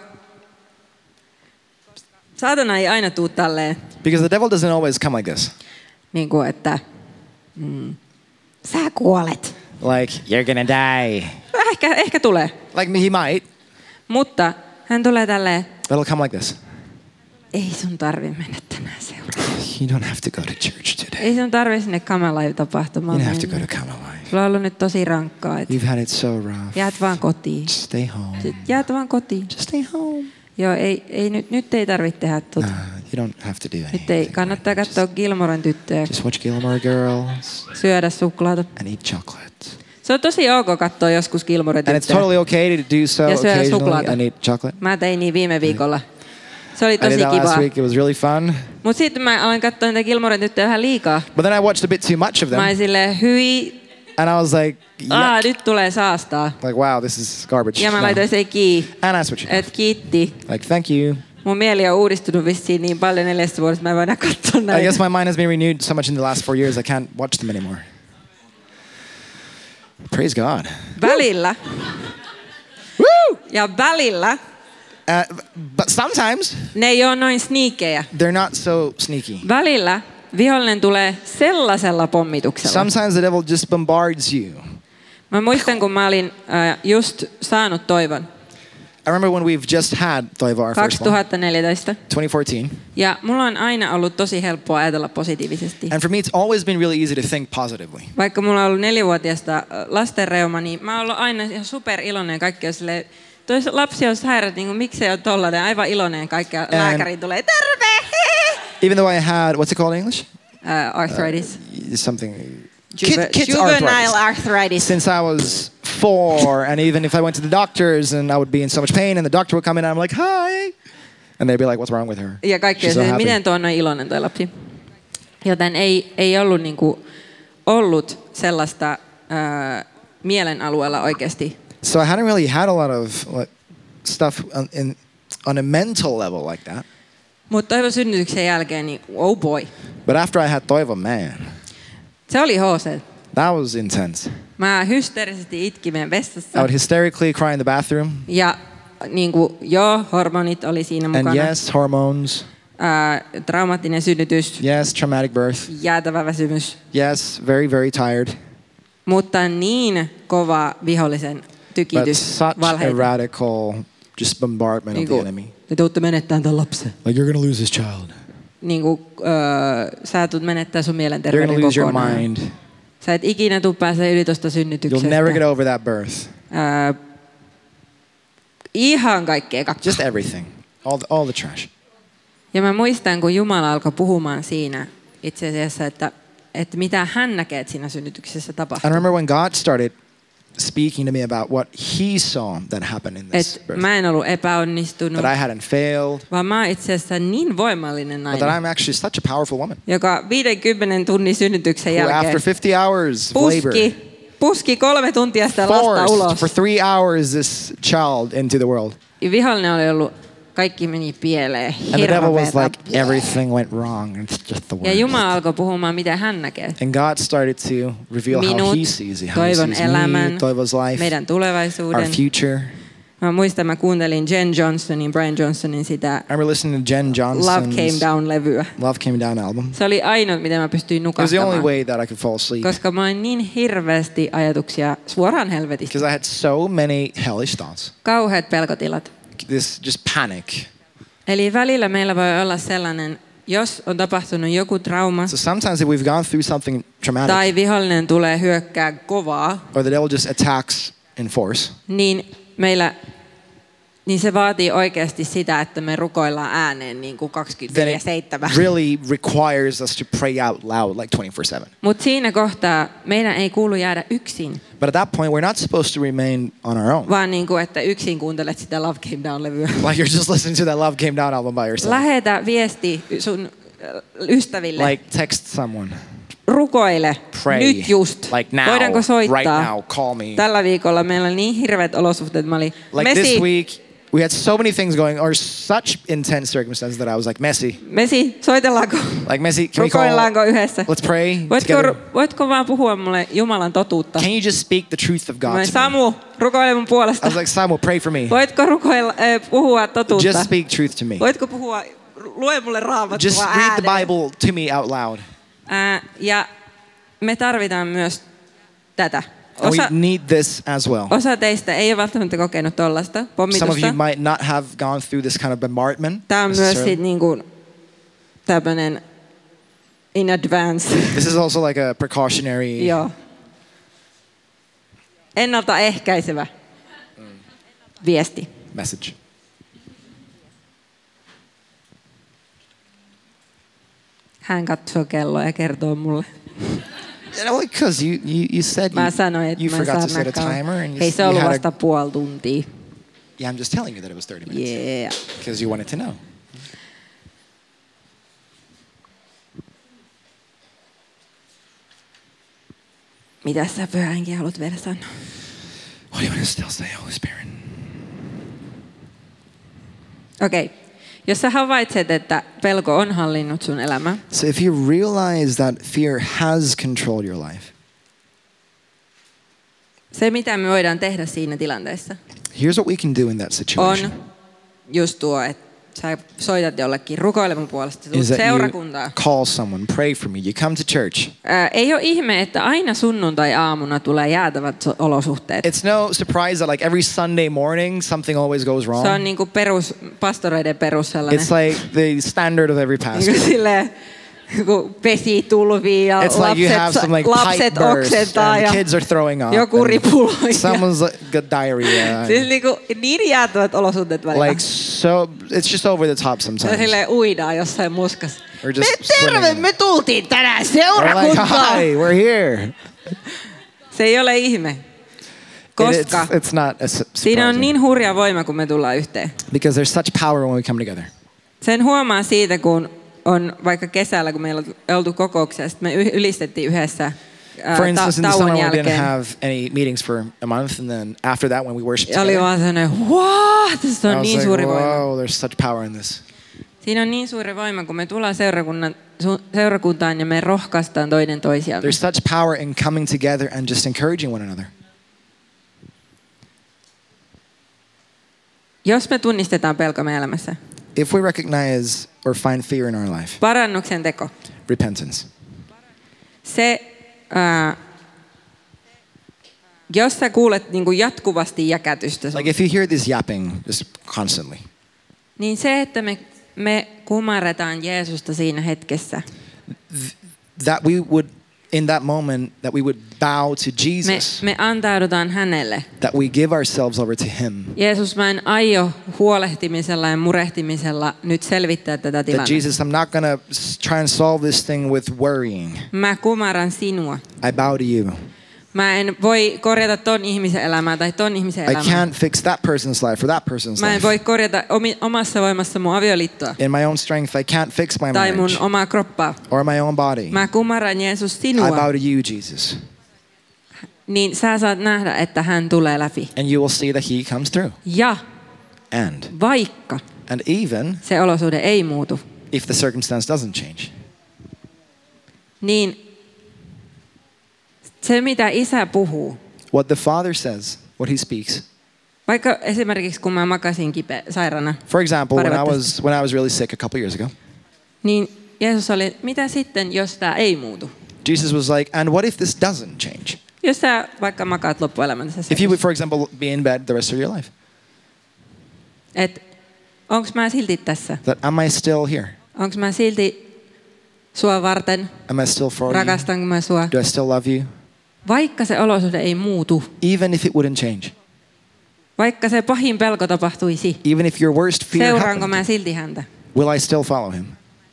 S2: saatana ei aina tuu tälleen,
S3: Because the devil doesn't always come like this.
S2: niin kuin, että mm, sä kuolet.
S3: Like, you're gonna die.
S2: Ehkä, ehkä tulee.
S3: Like, he might,
S2: Mutta hän tulee tälleen,
S3: but it'll come like this.
S2: ei sun tarvi mennä tänään seuraan.
S3: You don't have to go to church today.
S2: Ei sun tarvi sinne
S3: You
S2: Kamalive-tapahtumaan
S3: don't have to go
S2: mennä.
S3: to Come Alive.
S2: Sulla on ollut nyt tosi rankkaa, että
S3: You've had it so rough.
S2: jäät vaan kotiin.
S3: Just stay home.
S2: Sit jäät vaan kotiin.
S3: Just stay home.
S2: Joo, ei, ei, nyt, nyt ei tarvitse tehdä tuota.
S3: Uh, you don't have to do
S2: Nyt ei,
S3: anything.
S2: kannattaa katsoa Gilmoren tyttöjä,
S3: Just watch Gilmore Girls
S2: syödä suklaata.
S3: and eat chocolate.
S2: Se on tosi ok katsoa joskus Gilmoren
S3: And it's
S2: tyttöjä.
S3: totally okay to do so
S2: Ja syödä
S3: occasionally
S2: suklaata.
S3: and eat chocolate.
S2: Mä tein niin viime viikolla. Se oli
S3: I did
S2: tosi
S3: that last
S2: kivaa.
S3: week. It was really fun.
S2: Mutta sitten mä aloin katsoa niitä Gilmoren tyttöjä vähän liikaa.
S3: But then I watched a bit too much of
S2: Mä
S3: them.
S2: olin silleen, hyi,
S3: And I was like,
S2: aa,
S3: yuck.
S2: nyt tulee saastaa.
S3: Like, wow, this is garbage.
S2: Ja mä
S3: No.
S2: laitoin se kii,
S3: And that's what you
S2: et kiitti.
S3: Like, thank you.
S2: Mun mieli on uudistunut vissiin niin paljon neljästä vuodesta, mä en voi enää katsoa
S3: I
S2: näitä.
S3: guess my mind has been renewed so much in the last four years, I can't watch them anymore. Praise God.
S2: Välillä.
S3: Woo!
S2: Ja välillä
S3: Uh, but sometimes
S2: ne ei ole noin sniikkejä.
S3: they're not so sneaky.
S2: Välillä vihollinen tulee sellaisella pommituksella.
S3: Sometimes the devil just bombards you.
S2: Mä muistan, kun mä olin äh, just saanut toivon.
S3: I remember when we've just had Toivo, our first one,
S2: kaksituhattaneljätoista.
S3: twenty fourteen.
S2: Ja mulla on aina ollut tosi helppoa ajatella positiivisesti.
S3: And for me, it's always been really easy to think positively.
S2: Vaikka mulla on ollut neljävuotiaasta lastenreuma, niin mä oon ollut aina ihan super iloinen ja kaikki on silleen, toi lapsi on sairaat, niin kuin, miksi se on tollainen, aivan iloinen, kaikki lääkäri tulee, terve!
S3: Even though I had, what's it called in English?
S2: Uh, arthritis.
S3: Uh, something.
S2: Juve-
S3: Kid, kids
S2: juvenile
S3: arthritis.
S2: arthritis.
S3: Since I was four, and even if I went to the doctors and I would be in so much pain, and the doctor would come in, and I'm like, hi. And they'd be like, what's wrong with her?
S2: Ja kaikki
S3: She's
S2: on
S3: so
S2: se,
S3: happy.
S2: miten tuo on noin iloinen toi lapsi. Joten ei, ei ollut, niinku, ollut sellaista äh, mielen alueella oikeasti.
S3: So I hadn't really had a lot of like, stuff on, in, on a mental level like that.
S2: Mutta Toivon synnytyksen jälkeen, niin oh boy.
S3: But after I had Toivo, man,
S2: Se oli H C.
S3: that was intense.
S2: Mä hysteerisesti itkin meidän vessassa.
S3: I would hysterically cry in the bathroom.
S2: Ja niin kuin, joo, hormonit oli siinä mukana.
S3: And yes, hormones.
S2: Ää, traumaattinen synnytys,
S3: Yes, traumatic birth.
S2: jäätävä väsymys.
S3: Yes, very, very tired.
S2: Mutta niin kova vihollisen
S3: But
S2: tykitys,
S3: such a
S2: valheita.
S3: radical just bombardment of the
S2: Niinku,
S3: enemy.
S2: te tuutte menettämään tämän lapsen.
S3: Like, you're gonna lose this child.
S2: Niin kuin, öö, sä tulet menettää sun
S3: You're
S2: mielenterveyden
S3: gonna lose your
S2: kokonaan.
S3: mind.
S2: Sä et ikinä tuu pääsee yli tosta
S3: You'll
S2: synnytyksestä.
S3: never get over that birth.
S2: Ää, ihan kaikkea kakkaa.
S3: Just everything. All the, all the trash.
S2: Ja mä muistan, kun Jumala alkoi puhumaan siinä itse asiassa, että, että mitä hän näkee, että siinä synnytyksessä tapahtuu.
S3: I remember when God started speaking to me about what he saw that happened in this
S2: Että
S3: birth.
S2: mä en ollut epäonnistunut,
S3: That I hadn't failed.
S2: vaan mä oon itse asiassa niin voimallinen
S3: But that
S2: nainen,
S3: I'm actually such a powerful woman.
S2: joka viidenkymmenen tunnin synnytyksen
S3: Who
S2: jälkeen
S3: after fifty hours of labor
S2: puski, puski kolme tuntia sitä lasta
S3: forced
S2: ulos.
S3: for three hours this child into the world.
S2: Ja vihollinen oli ollut, kaikki meni pieleen,
S3: And the devil was
S2: hirveetä.
S3: like, everything went wrong. It's just the
S2: Ja Jumala
S3: worst.
S2: alkoi puhumaan, mitä hän näkee.
S3: And God started to reveal how
S2: Minut,
S3: he sees it, how he
S2: Toivon
S3: sees
S2: elämän,
S3: me, Toivo's life,
S2: meidän
S3: our
S2: tulevaisuuden.
S3: future.
S2: Mä muistan, mä kuuntelin Jen Johnsonin, Brian Johnsonin sitä
S3: I remember listening to Jen
S2: Love Came
S3: Johnson's
S2: Down-levyä.
S3: Love Came Down album.
S2: Se oli ainoa, miten mä pystyin
S3: It was the only
S2: nukahtamaan.
S3: way that I could fall asleep.
S2: Koska mä olin niin hirveästi ajatuksia suoraan helvetistä.
S3: Because I had so many hellish thoughts.
S2: Kauheat pelkotilat.
S3: This just panic.
S2: Eli välillä meillä voi olla sellainen, jos on tapahtunut joku trauma,
S3: So sometimes if we've gone through something traumatic,
S2: tai vihollinen tulee hyökkää kovaa,
S3: or the devil just attacks in force,
S2: niin meillä niin se vaatii oikeasti sitä, että me rukoillaan ääneen niin kuin
S3: then
S2: kaksikymmentäneljä
S3: it
S2: seitsemän.
S3: really requires us to pray out loud like twenty-four seven.
S2: Mutta siinä kohtaa meidän ei kuulu jäädä yksin,
S3: But at that point, we're not supposed to remain on our own.
S2: vaan niin kuin, että yksin kuuntelet sitä Love Came Down-levyä.
S3: Like you're just listening to that Love Came Down album by yourself.
S2: Lähetä viesti sun äh, ystäville.
S3: Like text someone.
S2: Rukoile.
S3: Pray.
S2: Nyt just.
S3: Like now.
S2: Voidaanko soittaa?
S3: Right now. Call me.
S2: Tällä viikolla meillä oli niin hirveät olosuhteet. Mä olin,
S3: Like
S2: Mesi,
S3: this week, we had so many things going, or such intense circumstances that I was like, Messi.
S2: Mesi, soitellaanko?
S3: Like Messi, can we call?
S2: Rukoillaanko yhdessä?
S3: Let's pray
S2: Voitko,
S3: together.
S2: voitko vaan puhua mulle Jumalan totuutta?
S3: Can you just speak the truth of
S2: Mä
S3: God
S2: olin,
S3: to me?
S2: Samu, rukoile mun
S3: I
S2: puolesta.
S3: was like, Samuel, pray for me.
S2: Voitko rukoilla, äh, puhua totuutta?
S3: Just speak truth to me.
S2: Voitko puhua, lue mulle raamattua
S3: Just read the
S2: ääneen.
S3: Bible to me out loud.
S2: Ää, ja me tarvitaan myös tätä.
S3: And we
S2: Osa,
S3: need this as well.
S2: osa teistä ei ole välttämättä kokenut tollaista
S3: Some of
S2: pommitusta.
S3: you might not have gone through this kind of bombardment.
S2: Tämä on myös
S3: necessarily.
S2: sit niinku tämmönen in advance.
S3: This is also like a precautionary
S2: Joo. Ennaltaehkäisevä viesti.
S3: message.
S2: Hän katsoo kelloa ja kertoo mulle.
S3: You know, because you, you, you said
S2: Mä
S3: you,
S2: sanoin, että
S3: you
S2: mä
S3: forgot to
S2: saan
S3: set a
S2: näkää.
S3: timer. And you,
S2: Hei,
S3: s-
S2: se on
S3: you
S2: ollut
S3: had
S2: vasta
S3: a,
S2: puoli tuntia.
S3: yeah, I'm just telling you that it was thirty minutes.
S2: Yeah.
S3: Because you wanted to know.
S2: Mitä sä Pyhä Henki haluat vielä sanoa?
S3: What do you want to still say, Holy Spirit?
S2: Okei. Okay. Jos sä havaitset, että pelko on hallinnut sun elämää,
S3: So if you realize that fear has controlled your life,
S2: se mitä me voidaan tehdä siinä tilanteessa
S3: here's what we can do in that situation.
S2: on just tuo, että sä soitat jollekin rukoilemun puolesta, tulet
S3: Is that you
S2: seurakuntaan.
S3: call someone, pray for me, you come to church.
S2: Ää, ei ole ihme, että aina sunnuntai-aamuna tulee jäätävät so- olosuhteet.
S3: It's no surprise that like every Sunday morning something always goes wrong.
S2: Se on niinku perus, pastoreiden perus sellainen.
S3: It's like the standard of every pastor.
S2: Niin silleen, kun pesi tulvii ja
S3: It's like you have
S2: lapset,
S3: some like
S2: lapset
S3: pipe burst
S2: oksentaa
S3: and
S2: ja
S3: kids are throwing up.
S2: joku
S3: and
S2: ripuloi.
S3: Someone's like, got diarrhea.
S2: Siis niinku niin jäätävät olosuhteet välillä.
S3: Like so, it's just over the top
S2: Ja
S3: sometimes.
S2: silleen uidaan jossain muskassa.
S3: Or just
S2: Me terve,
S3: swimming.
S2: me tultiin tänään
S3: We're like,
S2: seurakuntaan.
S3: hi, we're here.
S2: Se ei ole ihme.
S3: It-
S2: Koska
S3: it's, it's not a su-
S2: siinä on
S3: surprising.
S2: niin hurja voima, kun me tullaan yhteen.
S3: Because there's such power when we come together.
S2: Sen huomaa siitä, kun on vaikka kesällä, kun meillä on oltu kokouksia, sitten me y- ylistettiin yhdessä ää,
S3: For
S2: ta-
S3: instance, in the
S2: tauon
S3: summer we didn't
S2: jälkeen.
S3: have any meetings for a month, and then after that, when we worshiped
S2: Ja oli
S3: together,
S2: vaan sellainen, wow, tässä
S3: I
S2: on
S3: was
S2: niin
S3: like,
S2: suuri voima.
S3: whoa, there's such power in this.
S2: Siinä on niin suuri voima, kun me tullaan seurakunnan, su- seurakuntaan ja me rohkaistaan toinen toisiamme.
S3: There's such power in coming together and just encouraging one another.
S2: Jos me tunnistetaan pelko meidän elämässä,
S3: If we recognize or find fear in our life,
S2: parannuksen teko,
S3: repentance.
S2: se, ää, jos sä kuulet niin kuin jatkuvasti jäkätystä, sun,
S3: Like if you hear this yapping just constantly,
S2: niin se, että me, me kumarretaan Jeesusta siinä hetkessä,
S3: that we would, in that moment, that we would bow to
S2: me,
S3: Jesus,
S2: me antaudutaan hänelle.
S3: that we give ourselves over to Him,
S2: Jeesus, mä en aio huolehtimisella ja murehtimisella nyt selvittää tätä
S3: that
S2: tilannetta.
S3: Jesus, I'm not going to try and solve this thing with worrying.
S2: Mä kumaran sinua.
S3: I bow to you.
S2: Mä en voi korjata ton ihmisen elämää tai ton ihmisen
S3: I
S2: elämää.
S3: can't fix that person's life or that person's
S2: Mä en
S3: life.
S2: voi korjata omi, omassa voimassa mun avioliittoa
S3: In my own strength, I can't fix my
S2: tai mun
S3: marriage
S2: omaa kroppaa.
S3: or my own body.
S2: Mä kumaran Jeesus
S3: I
S2: sinua,
S3: bow to you, Jesus.
S2: niin sä saat nähdä, että hän tulee läpi.
S3: And you will see that He comes through.
S2: Ja
S3: And,
S2: vaikka
S3: and even
S2: se olosuhde ei muutu,
S3: if the circumstance doesn't change,
S2: niin se mitä isä puhuu,
S3: what the Father says, what He speaks.
S2: vaikka esimerkiksi kun mä makasin kipeä sairaana,
S3: For example,
S2: Pari
S3: when I
S2: vuotta
S3: was when I was really sick a couple years ago,
S2: niin Jeesus oli, mitä sitten, jos tämä ei muutu?
S3: Jesus was like, "And what if this doesn't change?
S2: Jos sä vaikka makaat loppuelämänsä
S3: If you would, for example, be in bed the rest of your life,
S2: että onko mä silti tässä?
S3: that am I still here?
S2: Onko mä silti sua varten?
S3: Am I still for you?
S2: Rakastanko mä sua?
S3: Do I still love you?
S2: Vaikka se olosuhde ei muutu,
S3: Even if it wouldn't change,
S2: vaikka se pahin pelko tapahtuisi,
S3: even if your worst fear
S2: seuraanko mä
S3: happened,
S2: silti häntä?
S3: will I still follow Him?"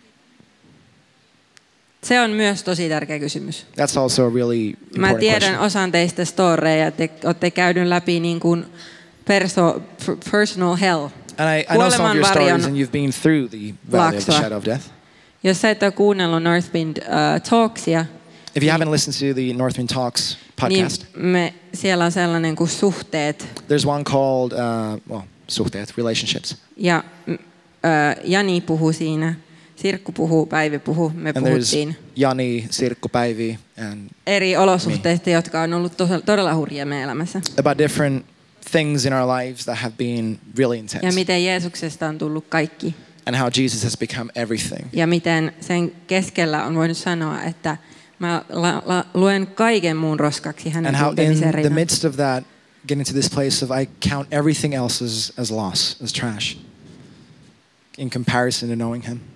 S2: Se on myös tosi tärkeä kysymys.
S3: That's also a really
S2: Mä
S3: important
S2: tiedän
S3: question.
S2: osan teistä storeja, te olette käynyt läpi niin kuin perso, personal hell.
S3: And I, I know some of your
S2: Kuoleman
S3: stories, and you've been through the valley of the
S2: Laaksoa.
S3: shadow of death.
S2: Jos sä et ole kuunnellut Northwind uh, Talksia,
S3: If you haven't listened to the Northwind Talks
S2: niin
S3: podcast,
S2: me, siellä on sellainen kuin suhteet.
S3: there's one called, uh, well, suhteet, relationships.
S2: Ja uh, Jani puhuu siinä, Sirkku puhuu, Päivi puhuu, me
S3: And there's
S2: puhuttiin
S3: Jani, Sirkku, Päivi, and
S2: eri olosuhteista, jotka on ollut tos, todella hurjia meidän elämässä.
S3: about different things in our lives that have been really
S2: Ja
S3: intense.
S2: miten Jeesuksesta on tullut kaikki.
S3: And how Jesus has become everything.
S2: Ja miten sen keskellä on voinut sanoa, että mä la, la, luen kaiken muun roskaksi hänen
S3: And how in
S2: tuntemisen
S3: the
S2: rinnalla.
S3: midst of that, getting to this place of I count everything else as, as loss, as trash, in comparison to knowing Him.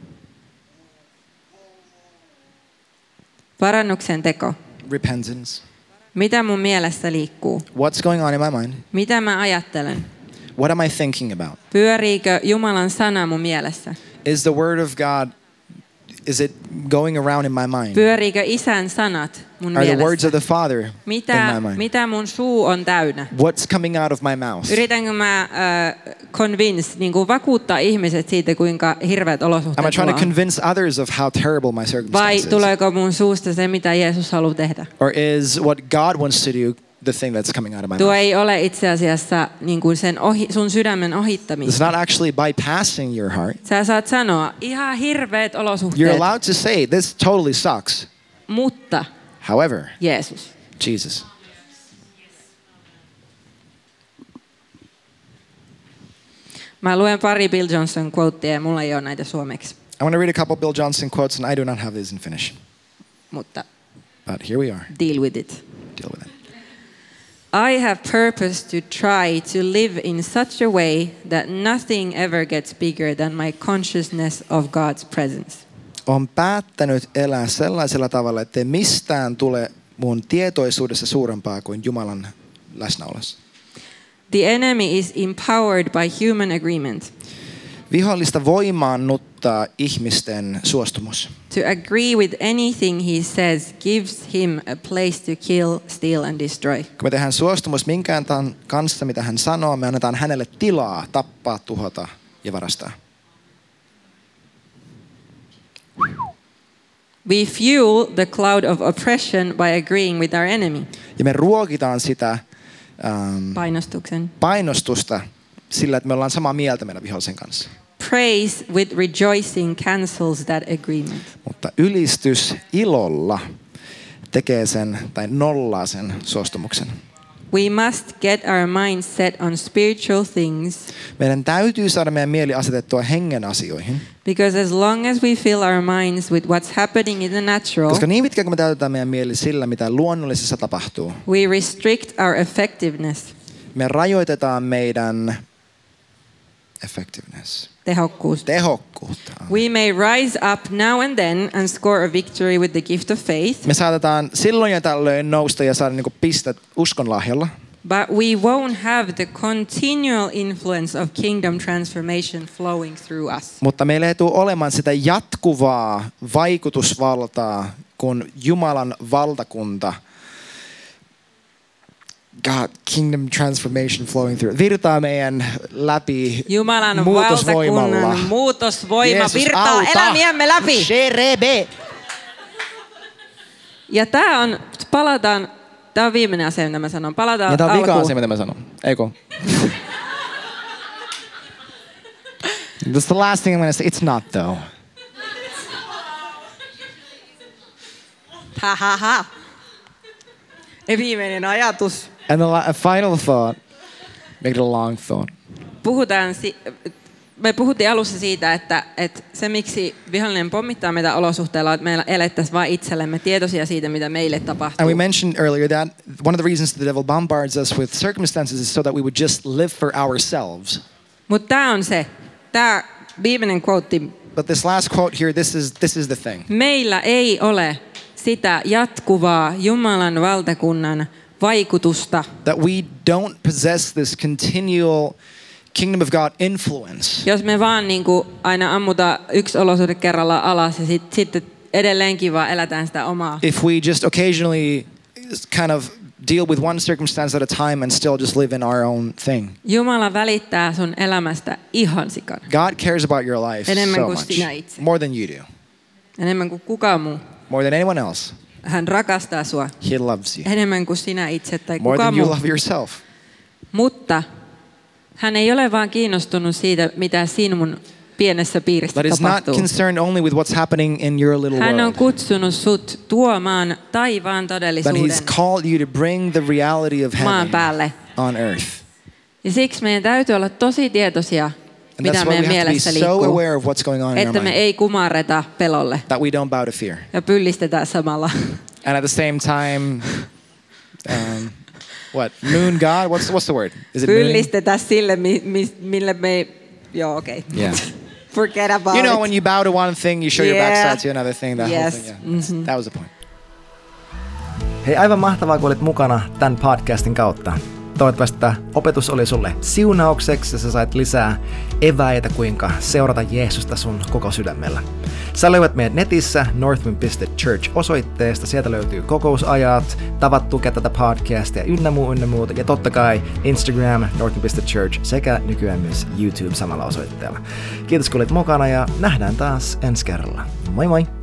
S2: Parannuksen teko.
S3: Repentance.
S2: Mitä mun mielessä liikkuu?
S3: What's going on in my mind?
S2: Mitä mä ajattelen?
S3: What am I thinking about?
S2: Pyöriikö Jumalan sana mun mielessä?
S3: Is the word of God, is it going around in my mind?
S2: Pyöriikö isän sanat mun
S3: Are the
S2: mielessä?
S3: words of the Father
S2: Mitä,
S3: in my mind?
S2: mitä mun suu on täynnä?
S3: What's coming out of my mouth?
S2: Yritänkö mä uh, convince, niin kuin vakuuttaa ihmiset siitä, kuinka hirveät
S3: Am I
S2: olosuhteet
S3: trying to
S2: mulla on?
S3: convince others of how terrible my
S2: Vai
S3: circumstances?
S2: tuleeko mun suusta se, mitä Jeesus haluaa tehdä?
S3: Or is what God wants to do the thing that's coming out of my
S2: Tuo
S3: mouth?
S2: ei ole itse asiassa niin kuin sen ohi, sun sydämen
S3: It's
S2: ohittamista.
S3: not actually bypassing your heart.
S2: Sä saat sanoa, ihan hirveät
S3: You're
S2: olosuhteet,
S3: allowed to say, this totally sucks.
S2: mutta
S3: However,
S2: Jeesus.
S3: Jesus.
S2: Mä luen pari Bill Johnson quotea ja mulla ei ole näitä suomeksi,
S3: I want to read a couple Bill Johnson quotes, and I do not have these in Finnish.
S2: mutta
S3: But here we are.
S2: deal with it.
S3: Deal with it.
S2: I have purpose to try to live in such a way that nothing ever gets bigger than my consciousness of God's presence.
S3: Olen päättänyt elää sellaisella tavalla, ettei mistään tule mun tietoisuudessa suurempaa kuin Jumalan läsnäolossa.
S2: The enemy is empowered by human agreement
S3: Vihollista voimaannuttaa ihmisten suostumus.
S2: to agree with anything he says gives him a place to kill, steal and destroy.
S3: Kun me tehdään suostumus minkään tan kanssa, mitä hän sanoo, me annetaan hänelle tilaa tappaa, tuhota ja varastaa.
S2: We fuel the cloud of oppression by agreeing with our enemy.
S3: Ja me ruokitaan sitä ähm,
S2: Painostuksen.
S3: painostusta sillä, että me ollaan samaa mieltä meidän vihollisen kanssa.
S2: Praise with rejoicing cancels that agreement.
S3: Mutta ylistys ilolla tekee sen tai nollaa sen suostumuksen.
S2: We must get our mind set on spiritual things
S3: Meidän täytyy saada meidän mieli asetettua hengen asioihin,
S2: because as long as we fill our minds with what's happening in the natural,
S3: koska niin pitkään kun me täytetään meidän mieli sillä, mitä luonnollisessa tapahtuu,
S2: we restrict our effectiveness,
S3: me rajoitetaan meidän effectiveness,
S2: tehokkuus.
S3: tehokkuutta.
S2: We may rise up now and then and score a victory with the gift of faith,
S3: Me saatetaan silloin ja tällöin nousta ja saada niinku pistet uskonlahjalla,
S2: but we won't have the continual influence of kingdom transformation flowing through us.
S3: mutta meillä ei tule olemaan sitä jatkuvaa vaikutusvaltaa, kun Jumalan valtakunta, God, kingdom transformation flowing through, virtaa meidän läpi
S2: Jumalan
S3: muutosvoimalla.
S2: valtakunnan muutosvoima
S3: Jeesus,
S2: virtaa
S3: auta.
S2: elämiemme läpi.
S3: Sherebe.
S2: Ja tää on, palataan, tää on viimeinen asia, mitä mä sanon. Palataan
S3: Ja tää on vika
S2: alkuun.
S3: asia, mitä mä sanon. Eikö? That's the last thing I'm going to say. It's not though.
S2: Ha ha ha. Ja viimeinen ajatus.
S3: And the la- a final thought. Make it a long thought.
S2: Puhutaan, si- me puhuttiin alussa siitä, että, että se miksi vihollinen pommittaa meitä olosuhteilla, että meillä elettäisiin vain itsellemme tietoisia siitä, mitä meille tapahtuu.
S3: And we mentioned earlier that one of the reasons the devil bombards us with circumstances is so that we would just live for ourselves.
S2: Mutta tämä on se, tämä viimeinen quote.
S3: But this last quote here, this is this is the thing.
S2: Meillä ei ole sitä jatkuvaa Jumalan valtakunnan vaikutusta,
S3: That we don't possess this continual kingdom of God influence.
S2: jos me vaan niin kuin aina ammutaan yksi olosuhde kerrallaan alas ja sit, sitten edelleenkin vaan elätään sitä omaa.
S3: If we just occasionally kind of deal with one circumstance at a time and still just live in our own thing.
S2: Jumala välittää sun elämästä ihan sikana.
S3: God cares about your life
S2: Enemmän
S3: so
S2: kuin
S3: much.
S2: sinä itse.
S3: More than you do.
S2: Enemmän kuin kukaan muu.
S3: More than anyone else.
S2: Hän rakastaa sua
S3: He loves you.
S2: enemmän kuin sinä itse tai
S3: More
S2: kukaan
S3: than you
S2: muu.
S3: love yourself.
S2: Mutta hän ei ole vaan kiinnostunut siitä, mitä sinun pienessä piirissä
S3: But is not
S2: tapahtuu.
S3: concerned only with what's happening in your little
S2: Hän on
S3: world.
S2: kutsunut sut tuomaan taivaan
S3: But
S2: todellisuuden
S3: he's called you to bring the reality of
S2: maan
S3: heaven
S2: päälle.
S3: on earth.
S2: Ja siksi meidän täytyy olla tosi tietoisia,
S3: And
S2: mitä
S3: that's why we
S2: meidän
S3: have to be
S2: mielessä
S3: so
S2: liikkuu.
S3: aware of what's going on in our
S2: Että me
S3: mind.
S2: ei kumarreta pelolle
S3: That we don't bow to fear.
S2: ja pyllistetään samalla.
S3: And at the same time, um, what? Moon God? What's what's the word? Is it moon?
S2: Pyllistetään sille, mi, mi, mille me ei... Joo, okei. Okay.
S3: Yeah.
S2: Forget about
S3: You know,
S2: it.
S3: when you bow to one thing, you show your
S2: Yeah.
S3: backside to another thing. That whole
S2: Yes.
S3: thing. Yeah.
S2: Mhm.
S3: That was the point.
S4: Hei, aivan mahtavaa, kun olit mukana tämän podcastin kautta. Toivottavasti tämä opetus oli sulle siunaukseksi ja sä sait lisää eväitä, kuinka seurata Jeesusta sun koko sydämellä. Sä löydät meidät netissä northwind piste church osoitteesta. Sieltä löytyy kokousajat, tavat tukea tätä podcastia ynnä muu, ynnä muuta. Ja totta kai Instagram, northwind piste church sekä nykyään myös YouTube samalla osoitteella. Kiitos kun olit mukana ja nähdään taas ensi kerralla. Moi moi!